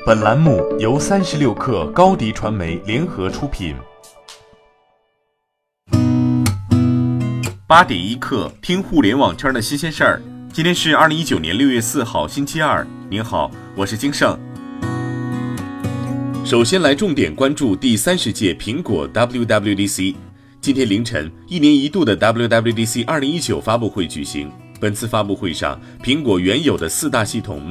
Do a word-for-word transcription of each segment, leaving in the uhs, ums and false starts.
本栏目由三十六氪高迪传媒联合出品。八点一刻，听互联网圈的新鲜事儿。今天是二零一九年六月四号，星期二。您好，我是金盛。首先来重点关注第三十届苹果 W W D C。今天凌晨，一年一度的 W W D C 二零一九发布会举行。本次发布会上，苹果原有的四大系统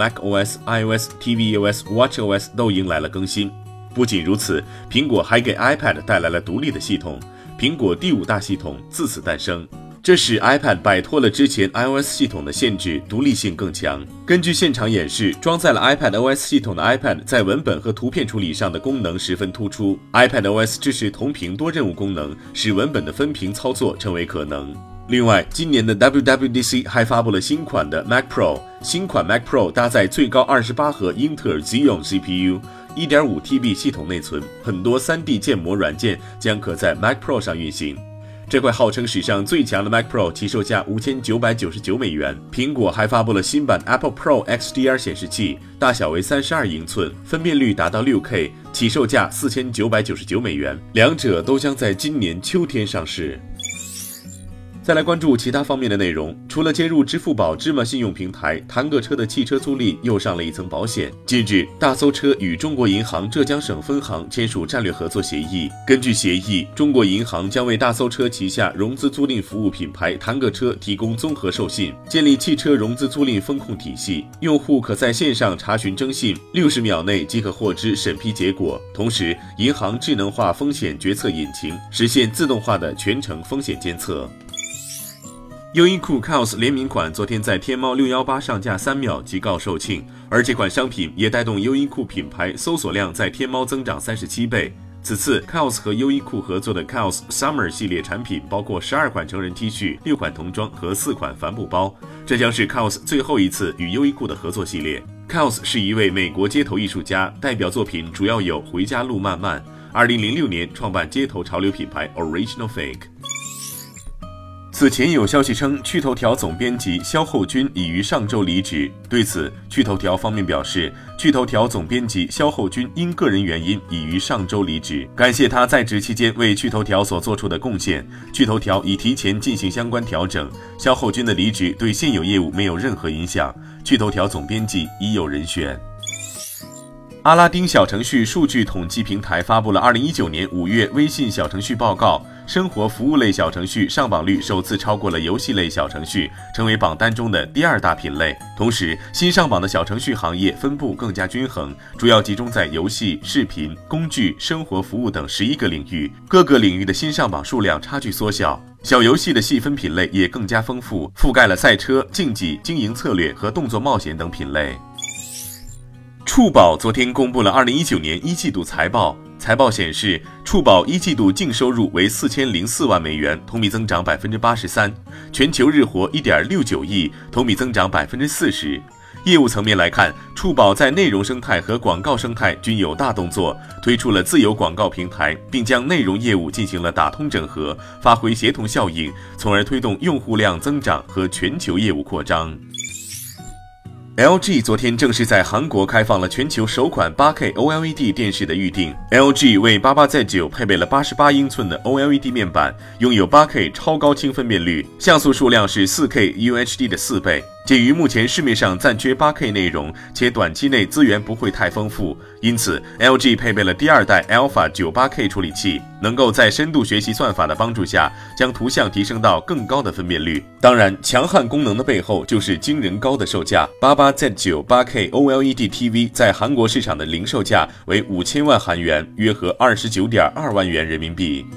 macOS、iOS、tvOS、watchOS 都迎来了更新。不仅如此，苹果还给 iPad 带来了独立的系统，苹果第五大系统自此诞生。这使 iPad 摆脱了之前 iOS 系统的限制，独立性更强。根据现场演示，装载了 iPadOS 系统的 iPad 在文本和图片处理上的功能十分突出。iPadOS 支持同屏多任务功能，使文本的分屏操作成为可能。另外，今年的 W W D C 还发布了新款的 Mac Pro， 新款 Mac Pro 搭载最高二十八核英特尔 Xeon C P U， 一点五 T B 系统内存，很多 三 D 建模软件将可在 Mac Pro 上运行。这块号称史上最强的 Mac Pro 起售价五千九百九十九美元。苹果还发布了新版 Apple Pro X D R 显示器，大小为三十二英寸，分辨率达到 六K， 起售价四千九百九十九美元。两者都将在今年秋天上市。再来关注其他方面的内容，除了接入支付宝芝麻信用平台，弹个车的汽车租赁又上了一层保险。近日，大搜车与中国银行浙江省分行签署战略合作协议。根据协议，中国银行将为大搜车旗下融资租赁服务品牌弹个车提供综合授信，建立汽车融资租赁风控体系。用户可在线上查询征信，六十秒内即可获知审批结果。同时，银行智能化风险决策引擎，实现自动化的全程风险监测。优衣库 C O S 联名款昨天在天猫六一八上架三秒即告售罄，而这款商品也带动优衣库品牌搜索量在天猫增长三十七倍。此次 C O S 和优衣库合作的 C O S Summer 系列产品包括十二款成人 T 恤、六款童装和四款帆布包，这将是 C O S 最后一次与优衣库的合作系列。C O S 是一位美国街头艺术家，代表作品主要有《回家路漫漫》。二零零六年创办街头潮流品牌 Original Fake。此前有消息称，趣头条总编辑肖厚军已于上周离职。对此，趣头条方面表示，趣头条总编辑肖厚军因个人原因已于上周离职，感谢他在职期间为趣头条所做出的贡献。趣头条已提前进行相关调整，肖厚军的离职对现有业务没有任何影响。趣头条总编辑已有人选。阿拉丁小程序数据统计平台发布了二零一九年五月微信小程序报告，生活服务类小程序上榜率首次超过了游戏类小程序，成为榜单中的第二大品类。同时，新上榜的小程序行业分布更加均衡，主要集中在游戏、视频、工具、生活服务等十一个领域，各个领域的新上榜数量差距缩小。小游戏的细分品类也更加丰富，覆盖了赛车、竞技、经营策略和动作冒险等品类。触宝昨天公布了二零一九年一季度财报，财报显示，触宝一季度净收入为四千零四万美元，同比增长百分之八十三，全球日活一点六九亿，同比增长百分之四十。业务层面来看，触宝在内容生态和广告生态均有大动作，推出了自有广告平台，并将内容业务进行了打通整合，发挥协同效应，从而推动用户量增长和全球业务扩张。L G 昨天正式在韩国开放了全球首款 八 K O L E D 电视的预定。L G 为 八八 Z 九 配备了八十八英寸的 O L E D 面板，拥有 八 K 超高清分辨率，像素数量是 四 K U H D 的四倍。鉴于目前市面上暂缺 八 K 内容，且短期内资源不会太丰富，因此 L G 配备了第二代 Alpha 九十八 K 处理器，能够在深度学习算法的帮助下，将图像提升到更高的分辨率。当然，强悍功能的背后就是惊人高的售价。八八 Z 九 八 K O L E D T V 在韩国市场的零售价为五千万韩元，约合二十九点二万元人民币。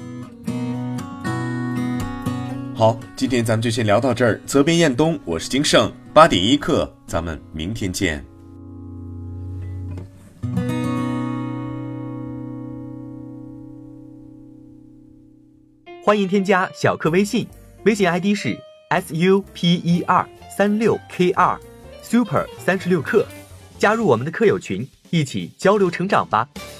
好，今天咱们就先聊到这儿。责编：彦东，我是金盛，八点一刻，咱们明天见。 欢迎添加小课微信，微信 I D 是 S U P E R 三六 K R Super 三十六课，加入我们的课友群，一起交流成长吧。